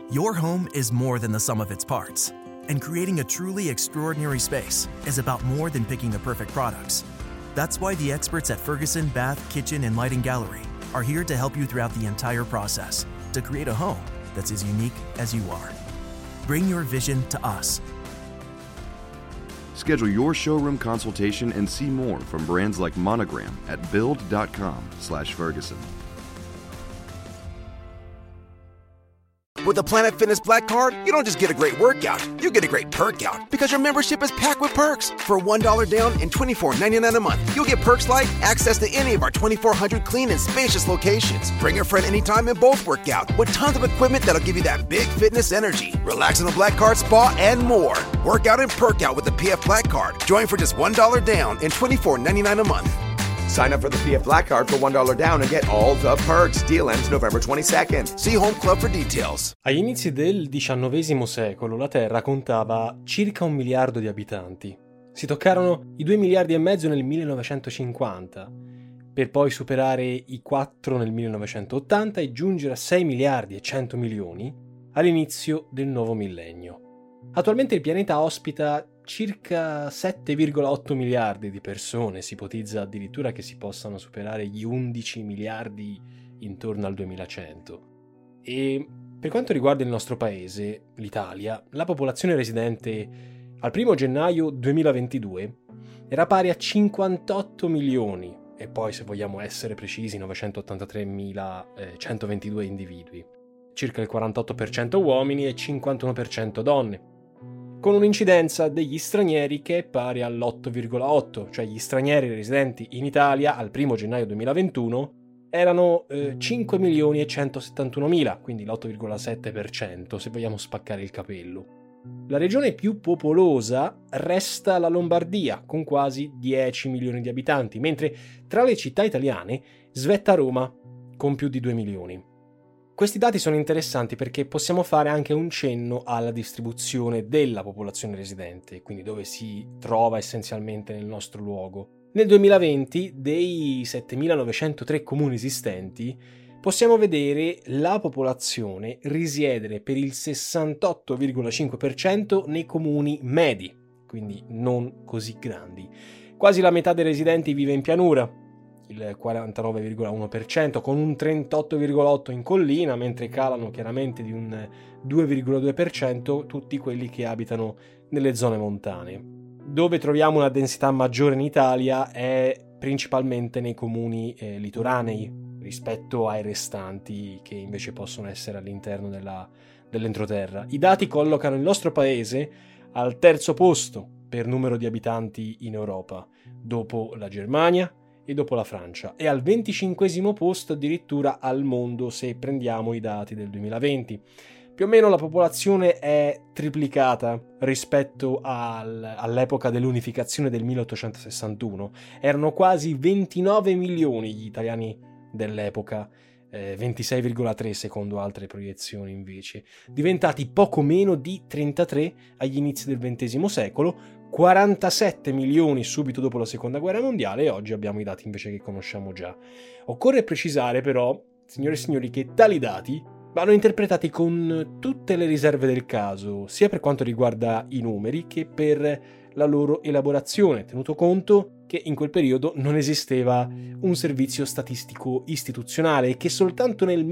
Your home is more than the sum of its parts, and creating a truly extraordinary space is about more than picking the perfect products. That's why the experts at Ferguson Bath, Kitchen, and Lighting Gallery are here to help you throughout the entire process to create a home that's as unique as you are. Bring your vision to us. Schedule your showroom consultation and see more from brands like Monogram at build.com/Ferguson. With the Planet Fitness Black Card, you don't just get a great workout, you get a great perk out because your membership is packed with perks. For $1 down and $24.99 a month, you'll get perks like access to any of our 2,400 clean and spacious locations. Bring a friend anytime and both work out with tons of equipment that'll give you that big fitness energy. Relax in the Black Card spa and more. Work out and perk out with the PF Black Card. Join for just $1 down and $24.99 a month. Sign up for the PF Black Card for $1 down and get all the perks. Deal ends November 22nd. See Home Club for details. Agli inizi del XIX secolo la Terra contava circa 1 miliardo di abitanti. Si toccarono i 2 miliardi e mezzo nel 1950, per poi superare i 4 nel 1980 e giungere a 6 miliardi e 100 milioni all'inizio del nuovo millennio. Attualmente il pianeta ospita circa 7,8 miliardi di persone, si ipotizza addirittura che si possano superare gli 11 miliardi intorno al 2100. E per quanto riguarda il nostro paese, l'Italia, la popolazione residente al 1 gennaio 2022 era pari a 58 milioni e poi, se vogliamo essere precisi, 983.122 individui, circa il 48% uomini e 51% donne, con un'incidenza degli stranieri che è pari all'8,8, cioè gli stranieri residenti in Italia al 1 gennaio 2021 erano 5.171.000, quindi l'8,7%, se vogliamo spaccare il capello. La regione più popolosa resta la Lombardia, con quasi 10 milioni di abitanti, mentre tra le città italiane svetta Roma, con più di 2 milioni. Questi dati sono interessanti perché possiamo fare anche un cenno alla distribuzione della popolazione residente, quindi dove si trova essenzialmente nel nostro luogo. Nel 2020, dei 7.903 comuni esistenti, possiamo vedere la popolazione risiedere per il 68,5% nei comuni medi, quindi non così grandi. Quasi la metà dei residenti vive in pianura, il 49,1%, con un 38,8% in collina, mentre calano chiaramente di un 2,2% tutti quelli che abitano nelle zone montane. Dove troviamo una densità maggiore in Italia è principalmente nei comuni litoranei rispetto ai restanti che invece possono essere all'interno dell'entroterra. I dati collocano il nostro paese al terzo posto per numero di abitanti in Europa, dopo la Germania e dopo la Francia, e al 25° posto addirittura al mondo se prendiamo i dati del 2020. Più o meno la popolazione è triplicata rispetto all'epoca dell'unificazione del 1861. Erano quasi 29 milioni gli italiani dell'epoca, 26,3 secondo altre proiezioni invece, diventati poco meno di 33 agli inizi del XX secolo, 47 milioni subito dopo la Seconda Guerra Mondiale, e oggi abbiamo i dati invece che conosciamo già. Occorre precisare però, signore e signori, che tali dati vanno interpretati con tutte le riserve del caso, sia per quanto riguarda i numeri che per la loro elaborazione, tenuto conto che in quel periodo non esisteva un servizio statistico istituzionale e che soltanto nel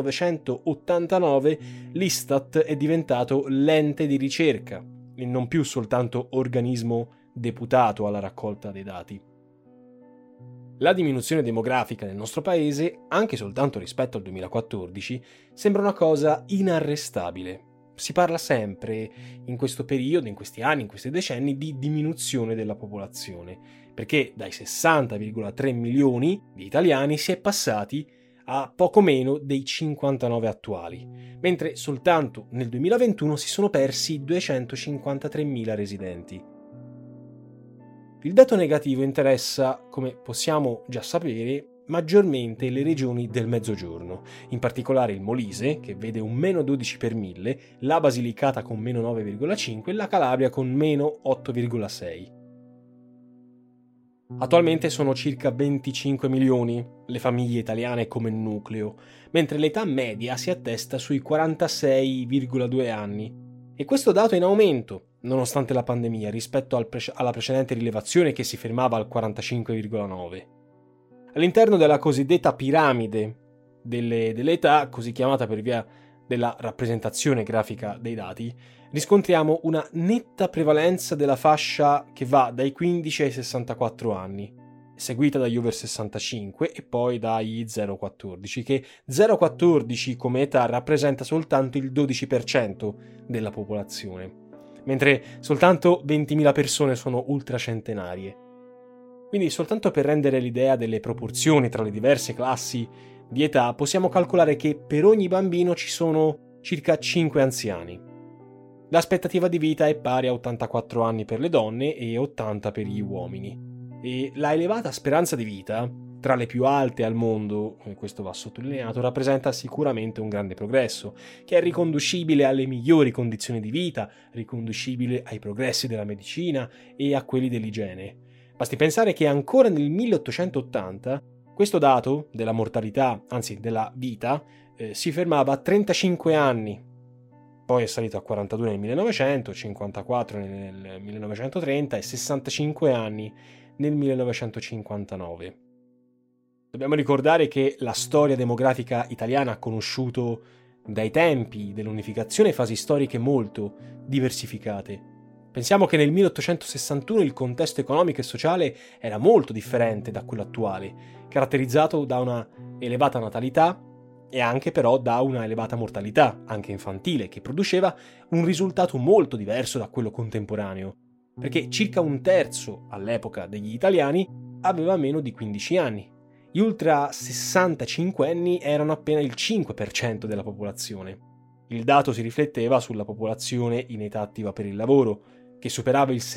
1989 l'Istat è diventato l'ente di ricerca e non più soltanto organismo deputato alla raccolta dei dati. La diminuzione demografica nel nostro paese, anche soltanto rispetto al 2014, sembra una cosa inarrestabile. Si parla sempre in questo periodo, in questi anni, in questi decenni, di diminuzione della popolazione, perché dai 60,3 milioni di italiani si è passati a poco meno dei 59 attuali, mentre soltanto nel 2021 si sono persi 253.000 residenti. Il dato negativo interessa, come possiamo già sapere, maggiormente le regioni del Mezzogiorno, in particolare il Molise, che vede un meno 12 per 1000, la Basilicata con meno 9,5 e la Calabria con meno 8,6. Attualmente sono circa 25 milioni le famiglie italiane come nucleo, mentre l'età media si attesta sui 46,2 anni. E questo dato è in aumento, nonostante la pandemia, rispetto alla precedente rilevazione che si fermava al 45,9. All'interno della cosiddetta piramide delle età, così chiamata per via della rappresentazione grafica dei dati, riscontriamo una netta prevalenza della fascia che va dai 15 ai 64 anni, seguita dagli over 65 e poi dagli 0-14, che 0-14 come età rappresenta soltanto il 12% della popolazione, mentre soltanto 20.000 persone sono ultracentenarie. Quindi, soltanto per rendere l'idea delle proporzioni tra le diverse classi di età, possiamo calcolare che per ogni bambino ci sono circa 5 anziani. L'aspettativa di vita è pari a 84 anni per le donne e 80 per gli uomini. E la elevata speranza di vita, tra le più alte al mondo, e questo va sottolineato, rappresenta sicuramente un grande progresso, che è riconducibile alle migliori condizioni di vita, riconducibile ai progressi della medicina e a quelli dell'igiene. Basti pensare che ancora nel 1880 questo dato della mortalità, anzi della vita, si fermava a 35 anni. Poi è salito a 42 nel 1900, 54 nel 1930 e 65 anni nel 1959. Dobbiamo ricordare che la storia demografica italiana ha conosciuto dai tempi dell'unificazione fasi storiche molto diversificate. Pensiamo che nel 1861 il contesto economico e sociale era molto differente da quello attuale, caratterizzato da una elevata natalità e anche però da una elevata mortalità, anche infantile, che produceva un risultato molto diverso da quello contemporaneo, perché circa un terzo all'epoca degli italiani aveva meno di 15 anni. Gli ultra 65enni erano appena il 5% della popolazione. Il dato si rifletteva sulla popolazione in età attiva per il lavoro, che superava il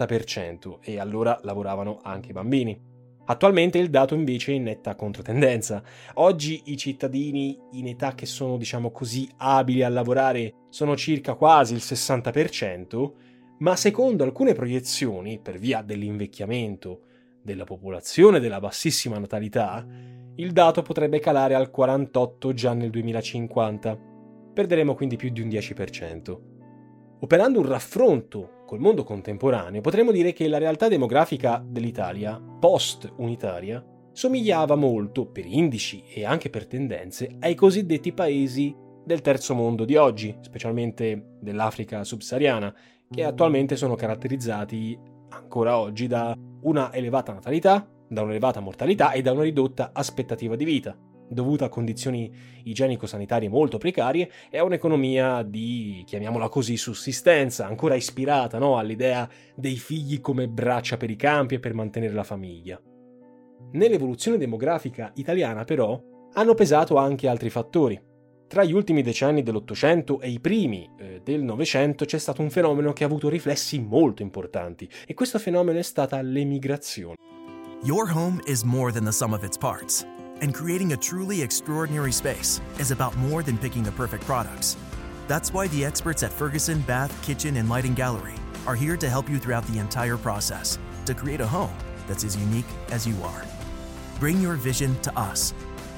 60% e allora lavoravano anche i bambini. Attualmente il dato invece è in netta controtendenza. Oggi i cittadini in età che sono, diciamo così, abili a lavorare sono circa quasi il 60%, ma secondo alcune proiezioni, per via dell'invecchiamento della popolazione e della bassissima natalità, il dato potrebbe calare al 48% già nel 2050. Perderemo quindi più di un 10%. Operando un raffronto col mondo contemporaneo, potremmo dire che la realtà demografica dell'Italia, post-unitaria, somigliava molto, per indici e anche per tendenze, ai cosiddetti paesi del terzo mondo di oggi, specialmente dell'Africa subsahariana, che attualmente sono caratterizzati ancora oggi da una elevata natalità, da un'elevata mortalità e da una ridotta aspettativa di vita, dovuta a condizioni igienico-sanitarie molto precarie e a un'economia di, chiamiamola così, sussistenza, ancora ispirata, all'idea dei figli come braccia per i campi e per mantenere la famiglia. Nell'evoluzione demografica italiana, però, hanno pesato anche altri fattori. Tra gli ultimi decenni dell'Ottocento e i primi del Novecento c'è stato un fenomeno che ha avuto riflessi molto importanti, e questo fenomeno è stata l'emigrazione. Your home is more than the sum of its parts. And creating a truly extraordinary space is about more than picking the perfect products. That's why the experts at Ferguson Bath, Kitchen, and Lighting Gallery are here to help you throughout the entire process to create a home that's as unique as you are. Bring your vision to us.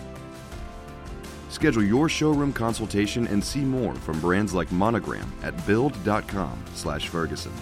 Schedule your showroom consultation and see more from brands like Monogram at build.com/Ferguson.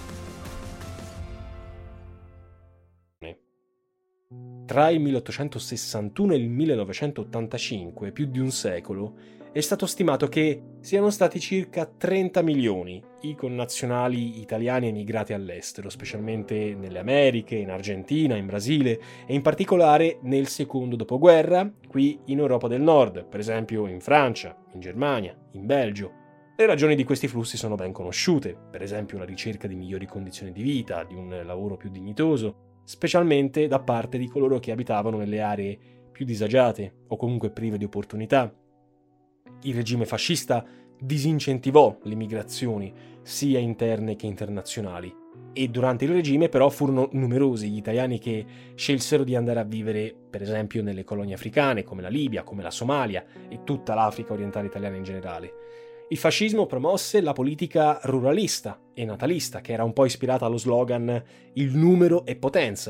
Tra il 1861 e il 1985, più di un secolo, è stato stimato che siano stati circa 30 milioni i connazionali italiani emigrati all'estero, specialmente nelle Americhe, in Argentina, in Brasile e in particolare nel secondo dopoguerra, qui in Europa del Nord, per esempio in Francia, in Germania, in Belgio. Le ragioni di questi flussi sono ben conosciute, per esempio la ricerca di migliori condizioni di vita, di un lavoro più dignitoso, specialmente da parte di coloro che abitavano nelle aree più disagiate o comunque prive di opportunità. Il regime fascista disincentivò le migrazioni, sia interne che internazionali, e durante il regime però furono numerosi gli italiani che scelsero di andare a vivere, per esempio, nelle colonie africane, come la Libia, come la Somalia e tutta l'Africa orientale italiana in generale. Il fascismo promosse la politica ruralista e natalista, che era un po' ispirata allo slogan «il numero è potenza»,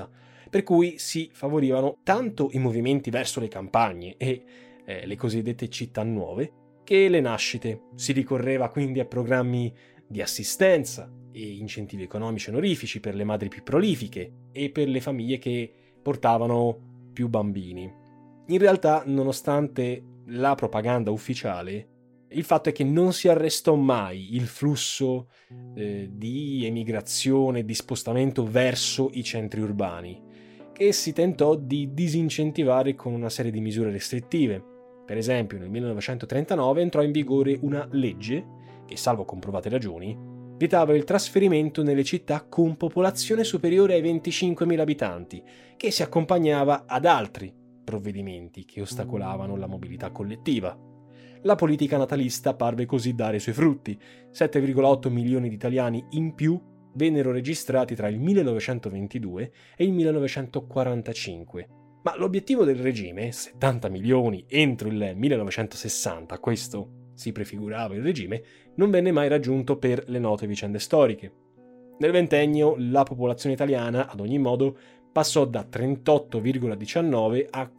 per cui si favorivano tanto i movimenti verso le campagne e le cosiddette città nuove, che le nascite. Si ricorreva quindi a programmi di assistenza e incentivi economici onorifici per le madri più prolifiche e per le famiglie che portavano più bambini. In realtà, nonostante la propaganda ufficiale, il fatto è che non si arrestò mai il flusso di emigrazione, di spostamento verso i centri urbani, che si tentò di disincentivare con una serie di misure restrittive. Per esempio, nel 1939 entrò in vigore una legge che, salvo comprovate ragioni, vietava il trasferimento nelle città con popolazione superiore ai 25.000 abitanti, che si accompagnava ad altri provvedimenti che ostacolavano la mobilità collettiva. La politica natalista parve così dare i suoi frutti. 7,8 milioni di italiani in più vennero registrati tra il 1922 e il 1945. Ma l'obiettivo del regime, 70 milioni entro il 1960, questo si prefigurava il regime, non venne mai raggiunto per le note vicende storiche. Nel ventennio la popolazione italiana, ad ogni modo, passò da 38,19 a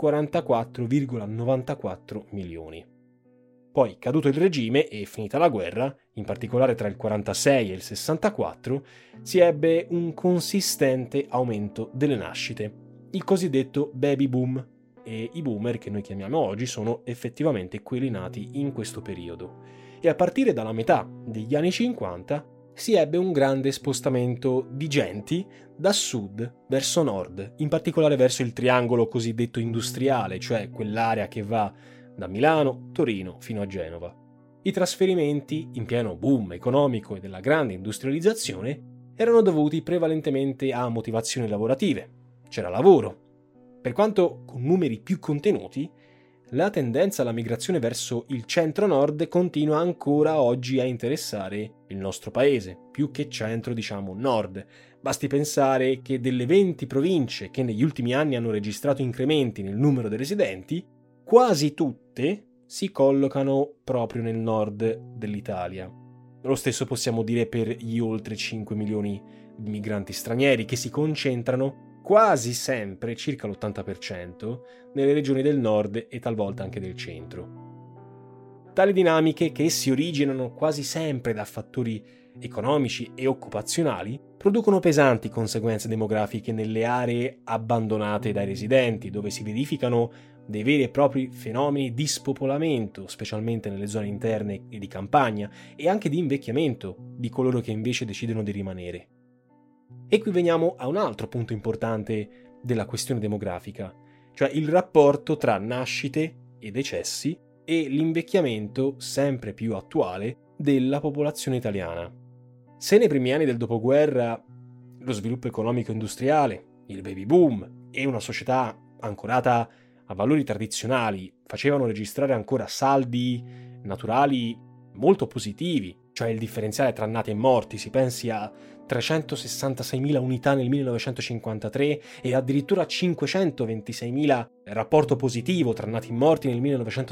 44,94 milioni. Poi, caduto il regime e finita la guerra, in particolare tra il 46 e il 64, si ebbe un consistente aumento delle nascite, il cosiddetto baby boom, e i boomer che noi chiamiamo oggi sono effettivamente quelli nati in questo periodo. E a partire dalla metà degli anni 50 si ebbe un grande spostamento di genti da sud verso nord, in particolare verso il triangolo cosiddetto industriale, cioè quell'area che va da Milano, Torino fino a Genova. I trasferimenti, in pieno boom economico e della grande industrializzazione, erano dovuti prevalentemente a motivazioni lavorative. C'era lavoro. Per quanto con numeri più contenuti, la tendenza alla migrazione verso il centro-nord continua ancora oggi a interessare il nostro paese, più che centro, diciamo nord. Basti pensare che delle 20 province che negli ultimi anni hanno registrato incrementi nel numero dei residenti, quasi tutte si collocano proprio nel nord dell'Italia. Lo stesso possiamo dire per gli oltre 5 milioni di migranti stranieri che si concentrano quasi sempre, circa l'80%, nelle regioni del nord e talvolta anche del centro. Tali dinamiche, che si originano quasi sempre da fattori economici e occupazionali, producono pesanti conseguenze demografiche nelle aree abbandonate dai residenti, dove si verificano dei veri e propri fenomeni di spopolamento, specialmente nelle zone interne e di campagna, e anche di invecchiamento di coloro che invece decidono di rimanere. E qui veniamo a un altro punto importante della questione demografica, cioè il rapporto tra nascite e decessi e l'invecchiamento sempre più attuale della popolazione italiana. Se nei primi anni del dopoguerra lo sviluppo economico-industriale, il baby boom e una società ancorata a valori tradizionali facevano registrare ancora saldi naturali molto positivi, cioè il differenziale tra nati e morti, si pensi a 366.000 unità nel 1953 e addirittura 526.000 rapporto positivo tra nati e morti nel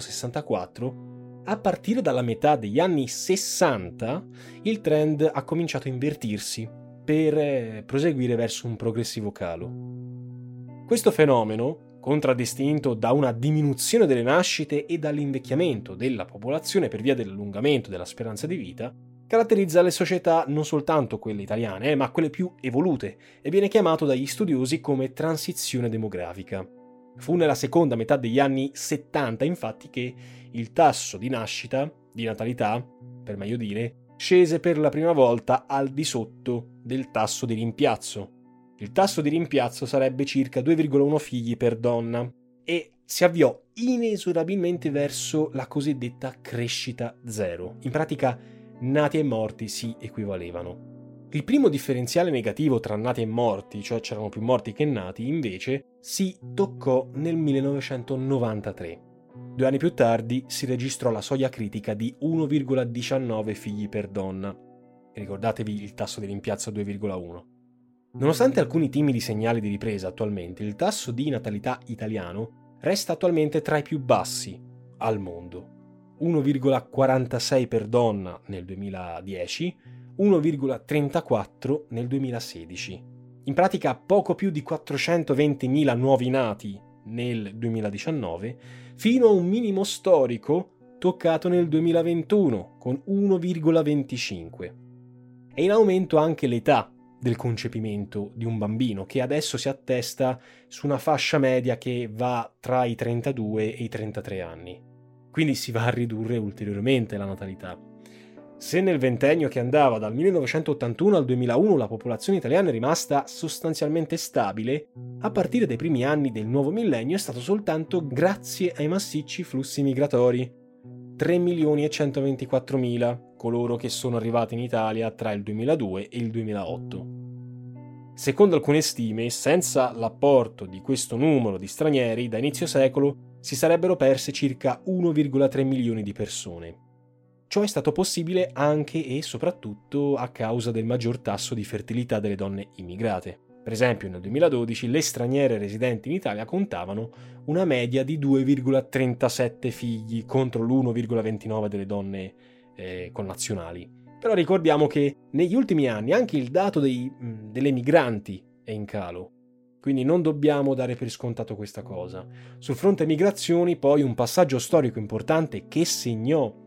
1964, a partire dalla metà degli anni 60 il trend ha cominciato a invertirsi per proseguire verso un progressivo calo. Questo fenomeno, contraddistinto da una diminuzione delle nascite e dall'invecchiamento della popolazione per via dell'allungamento della speranza di vita, caratterizza le società non soltanto quelle italiane, ma quelle più evolute, e viene chiamato dagli studiosi come transizione demografica. Fu nella seconda metà degli anni 70, infatti, che il tasso di nascita, di natalità, per meglio dire, scese per la prima volta al di sotto del tasso di rimpiazzo. Il tasso di rimpiazzo sarebbe circa 2,1 figli per donna e si avviò inesorabilmente verso la cosiddetta crescita zero. In pratica, nati e morti si equivalevano. Il primo differenziale negativo tra nati e morti, cioè c'erano più morti che nati, invece, si toccò nel 1993. 2 anni più tardi si registrò la soglia critica di 1,19 figli per donna. E ricordatevi il tasso di rimpiazzo 2,1. Nonostante alcuni timidi segnali di ripresa attualmente, il tasso di natalità italiano resta attualmente tra i più bassi al mondo. 1,46 per donna nel 2010, 1,34 nel 2016. In pratica poco più di 420.000 nuovi nati nel 2019, fino a un minimo storico toccato nel 2021 con 1,25. È in aumento anche l'età del concepimento di un bambino, che adesso si attesta su una fascia media che va tra i 32 e i 33 anni. Quindi si va a ridurre ulteriormente la natalità. Se nel ventennio che andava dal 1981 al 2001 la popolazione italiana è rimasta sostanzialmente stabile, a partire dai primi anni del nuovo millennio è stato soltanto grazie ai massicci flussi migratori. 3.124.000 coloro che sono arrivati in Italia tra il 2002 e il 2008. Secondo alcune stime, senza l'apporto di questo numero di stranieri, da inizio secolo si sarebbero perse circa 1,3 milioni di persone. Ciò è stato possibile anche e soprattutto a causa del maggior tasso di fertilità delle donne immigrate. Per esempio, nel 2012 le straniere residenti in Italia contavano una media di 2,37 figli contro l'1,29 delle donne connazionali. Però ricordiamo che negli ultimi anni anche il dato delle migranti è in calo. Quindi non dobbiamo dare per scontato questa cosa. Sul fronte migrazioni, poi, un passaggio storico importante che segnò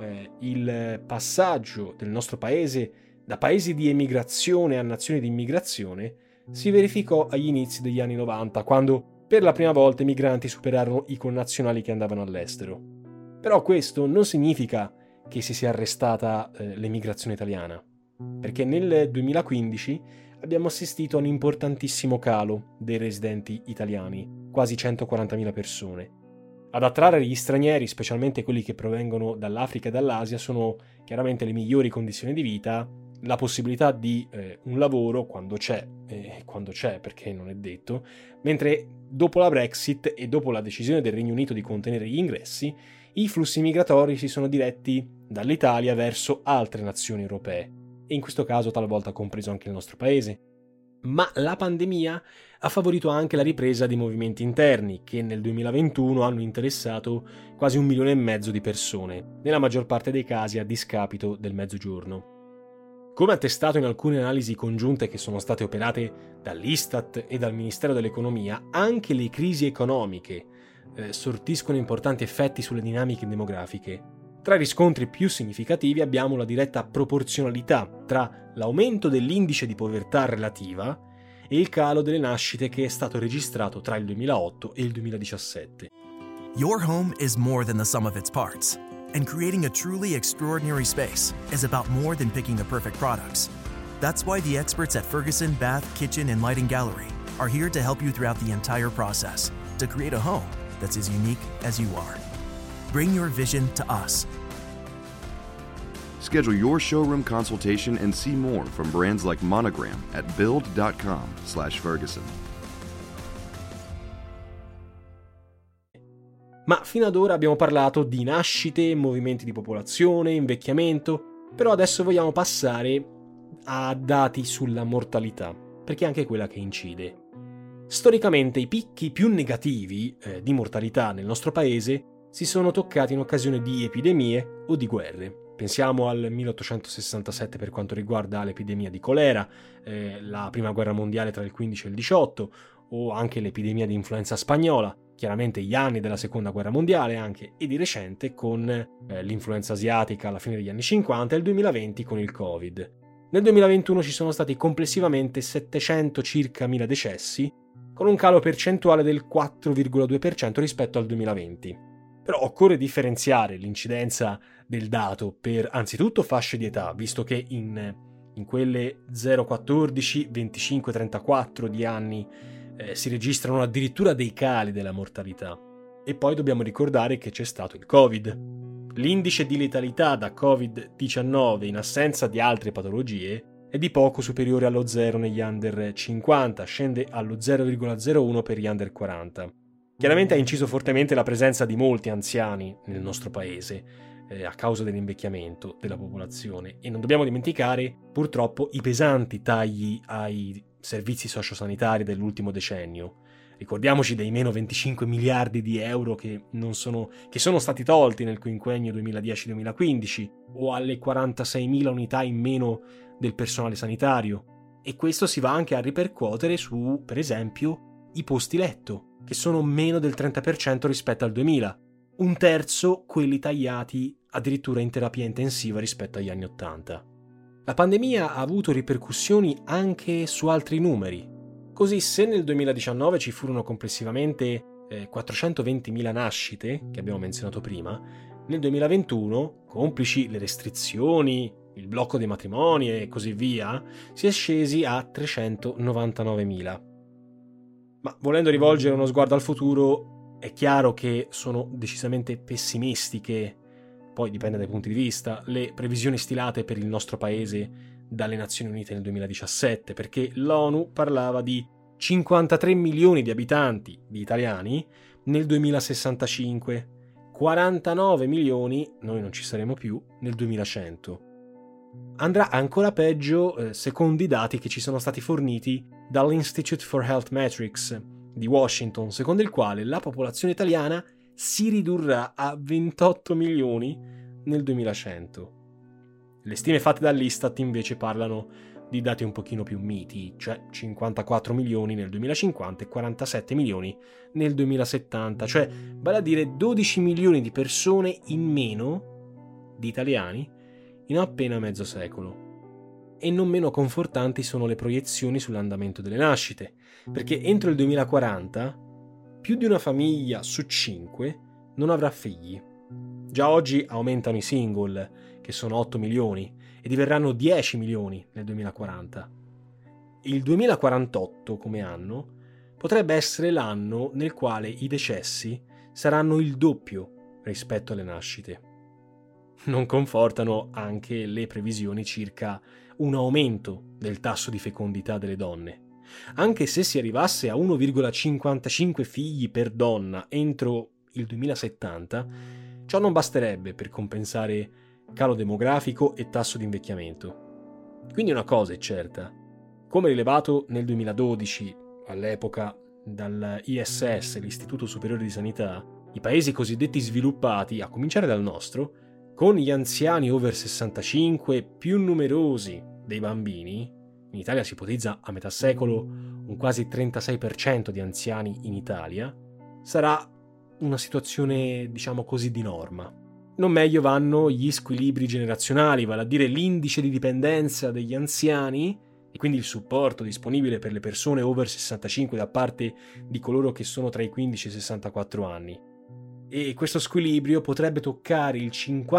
il passaggio del nostro paese da paesi di emigrazione a nazioni di immigrazione si verificò agli inizi degli anni 90, quando per la prima volta i migranti superarono i connazionali che andavano all'estero. Però questo non significa che si sia arrestata l'emigrazione italiana, perché nel 2015 abbiamo assistito a un importantissimo calo dei residenti italiani, quasi 140.000 persone. Ad attrarre gli stranieri, specialmente quelli che provengono dall'Africa e dall'Asia, sono chiaramente le migliori condizioni di vita, la possibilità di un lavoro quando c'è, perché non è detto, mentre dopo la Brexit e dopo la decisione del Regno Unito di contenere gli ingressi, i flussi migratori si sono diretti dall'Italia verso altre nazioni europee, e in questo caso talvolta compreso anche il nostro paese. Ma la pandemia ha favorito anche la ripresa dei movimenti interni, che nel 2021 hanno interessato quasi 1,5 milioni di persone, nella maggior parte dei casi a discapito del Mezzogiorno. Come attestato in alcune analisi congiunte che sono state operate dall'Istat e dal Ministero dell'Economia, anche le crisi economiche sortiscono importanti effetti sulle dinamiche demografiche. Tra i riscontri più significativi abbiamo la diretta proporzionalità tra l'aumento dell'indice di povertà relativa e il calo delle nascite che è stato registrato tra il 2008 e il 2017. Your home is more than the sum of its parts, and creating a truly extraordinary space is about more than picking the perfect products. That's why the experts at Ferguson Bath, Kitchen, and Lighting Gallery are here to help you throughout the entire process to create a home that's as unique as you are. Bring your vision to us. Schedule your showroom consultation and see more from brands like Monogram at build.com/Ferguson. Ma fino ad ora abbiamo parlato di nascite, movimenti di popolazione, invecchiamento, però adesso vogliamo passare a dati sulla mortalità, perché è anche quella che incide. Storicamente i picchi più negativi di mortalità nel nostro paese si sono toccati in occasione di epidemie o di guerre. Pensiamo al 1867 per quanto riguarda l'epidemia di colera, la prima guerra mondiale tra il 15 e il 18, o anche l'epidemia di influenza spagnola, chiaramente gli anni della seconda guerra mondiale anche, e di recente con l'influenza asiatica alla fine degli anni 50 e il 2020 con il Covid. Nel 2021 ci sono stati complessivamente 700 circa 1000 decessi, con un calo percentuale del 4,2% rispetto al 2020. Però occorre differenziare l'incidenza del dato per anzitutto fasce di età, visto che in quelle 0-14, 25-34 di anni si registrano addirittura dei cali della mortalità. E poi dobbiamo ricordare che c'è stato il Covid. L'indice di letalità da Covid-19 in assenza di altre patologie è di poco superiore allo 0 negli under 50, scende allo 0,01 per gli under 40. Chiaramente ha inciso fortemente la presenza di molti anziani nel nostro paese a causa dell'invecchiamento della popolazione, e non dobbiamo dimenticare purtroppo i pesanti tagli ai servizi sociosanitari dell'ultimo decennio. Ricordiamoci dei meno 25 miliardi di euro che sono stati tolti nel quinquennio 2010-2015, o alle 46.000 unità in meno del personale sanitario. E questo si va anche a ripercuotere su, per esempio, i posti letto, che sono meno del 30% rispetto al 2000, un terzo quelli tagliati addirittura in terapia intensiva rispetto agli anni 80. La pandemia ha avuto ripercussioni anche su altri numeri. Così, se nel 2019 ci furono complessivamente 420.000 nascite, che abbiamo menzionato prima, nel 2021, complici le restrizioni, il blocco dei matrimoni e così via, si è scesi a 399.000. Ma volendo rivolgere uno sguardo al futuro, è chiaro che sono decisamente pessimistiche, poi dipende dai punti di vista, le previsioni stilate per il nostro paese dalle Nazioni Unite nel 2017, perché l'ONU parlava di 53 milioni di abitanti, di italiani, nel 2065, 49 milioni, noi non ci saremo più, nel 2100. Andrà ancora peggio secondo i dati che ci sono stati forniti dall'Institute for Health Metrics di Washington, secondo il quale la popolazione italiana si ridurrà a 28 milioni nel 2100. Le stime fatte dall'Istat invece parlano di dati un pochino più miti, cioè 54 milioni nel 2050 e 47 milioni nel 2070, cioè vale a dire 12 milioni di persone in meno, di italiani, in appena mezzo secolo. E non meno confortanti sono le proiezioni sull'andamento delle nascite, perché entro il 2040 più di una famiglia su 5 non avrà figli. Già oggi aumentano i single, che sono 8 milioni, e diverranno 10 milioni nel 2040. Il 2048, come anno, potrebbe essere l'anno nel quale i decessi saranno il doppio rispetto alle nascite. Non confortano anche le previsioni circa un aumento del tasso di fecondità delle donne. Anche se si arrivasse a 1,55 figli per donna entro il 2070, ciò non basterebbe per compensare calo demografico e tasso di invecchiamento. Quindi una cosa è certa: come rilevato nel 2012, all'epoca dall'ISS, l'Istituto Superiore di Sanità, i paesi cosiddetti sviluppati, a cominciare dal nostro, con gli anziani over 65 più numerosi dei bambini, in Italia si ipotizza a metà secolo un quasi 36% di anziani in Italia, sarà una situazione, diciamo così, di norma. Non meglio vanno gli squilibri generazionali, vale a dire l'indice di dipendenza degli anziani e quindi il supporto disponibile per le persone over 65 da parte di coloro che sono tra i 15 e i 64 anni. E questo squilibrio potrebbe toccare il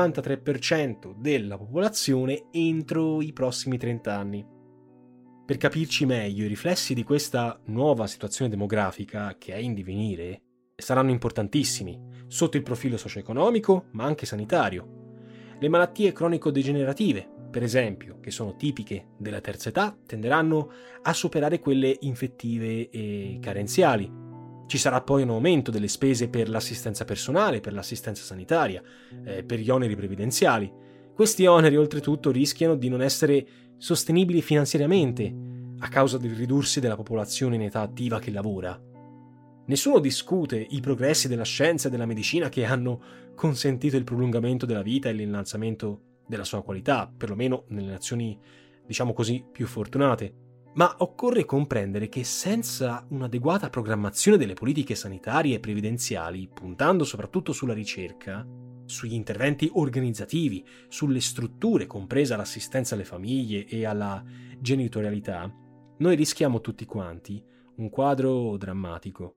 53% della popolazione entro i prossimi 30 anni. Per capirci meglio, i riflessi di questa nuova situazione demografica che è in divenire saranno importantissimi, sotto il profilo socio-economico, ma anche sanitario. Le malattie cronico-degenerative, per esempio, che sono tipiche della terza età, tenderanno a superare quelle infettive e carenziali. Ci sarà poi un aumento delle spese per l'assistenza personale, per l'assistenza sanitaria, per gli oneri previdenziali. Questi oneri, oltretutto, rischiano di non essere sostenibili finanziariamente a causa del ridursi della popolazione in età attiva che lavora. Nessuno discute i progressi della scienza e della medicina che hanno consentito il prolungamento della vita e l'innalzamento della sua qualità, perlomeno nelle nazioni, diciamo così, più fortunate. Ma occorre comprendere che senza un'adeguata programmazione delle politiche sanitarie e previdenziali, puntando soprattutto sulla ricerca, sugli interventi organizzativi, sulle strutture, compresa l'assistenza alle famiglie e alla genitorialità, noi rischiamo tutti quanti un quadro drammatico.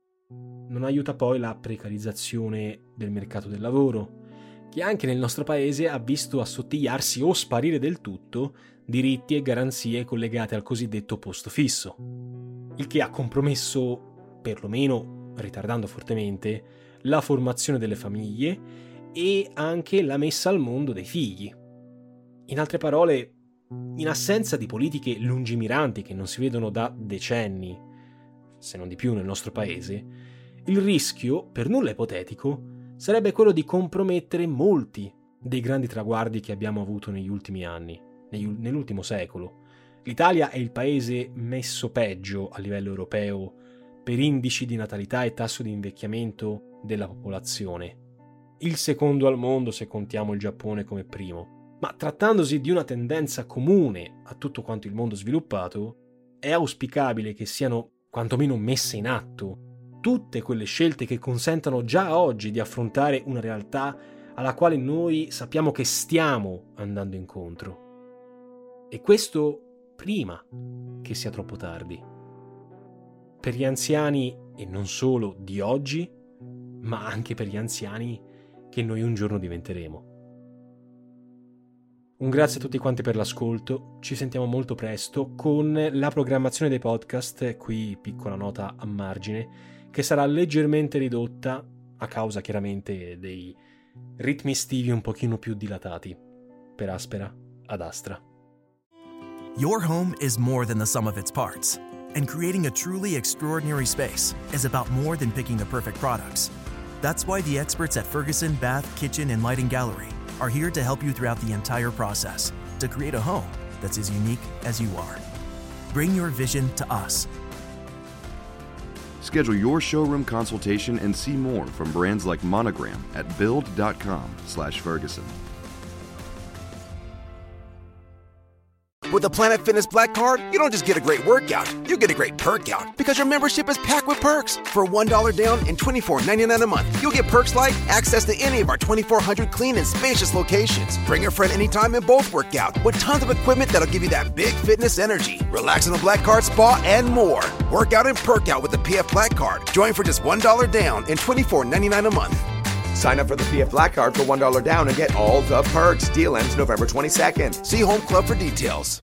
Non aiuta poi la precarizzazione del mercato del lavoro, che anche nel nostro paese ha visto assottigliarsi o sparire del tutto diritti e garanzie collegate al cosiddetto posto fisso, il che ha compromesso, perlomeno ritardando fortemente, la formazione delle famiglie e anche la messa al mondo dei figli. In altre parole, in assenza di politiche lungimiranti che non si vedono da decenni, se non di più nel nostro paese, il rischio, per nulla ipotetico, sarebbe quello di compromettere molti dei grandi traguardi che abbiamo avuto negli ultimi anni, nell'ultimo secolo. L'Italia è il paese messo peggio a livello europeo per indici di natalità e tasso di invecchiamento della popolazione. Il secondo al mondo se contiamo il Giappone come primo. Ma trattandosi di una tendenza comune a tutto quanto il mondo sviluppato, è auspicabile che siano quantomeno messe in atto tutte quelle scelte che consentano già oggi di affrontare una realtà alla quale noi sappiamo che stiamo andando incontro. E questo prima che sia troppo tardi. Per gli anziani, e non solo di oggi, ma anche per gli anziani che noi un giorno diventeremo. Un grazie a tutti quanti per l'ascolto, ci sentiamo molto presto con la programmazione dei podcast, qui piccola nota a margine, che sarà leggermente ridotta a causa chiaramente dei ritmi estivi un pochino più dilatati, per Aspera ad Astra. Your home is more than the sum of its parts, and creating a truly extraordinary space is about more than picking the perfect products. That's why the experts at Ferguson Bath, Kitchen, and Lighting Gallery are here to help you throughout the entire process to create a home that's as unique as you are. Bring your vision to us. Schedule your showroom consultation and see more from brands like Monogram at build.com/Ferguson. With the Planet Fitness Black Card, you don't just get a great workout, you get a great perk out because your membership is packed with perks. For $1 down and $24.99 a month, you'll get perks like access to any of our 2,400 clean and spacious locations. Bring a friend anytime and both work out with tons of equipment that'll give you that big fitness energy. Relax in the Black Card spa and more. Work out and perk out with the PF Black Card. Join for just $1 down and $24.99 a month. Sign up for the PF Black Card for $1 down and get all the perks. Deal ends November 22nd. See Home Club for details.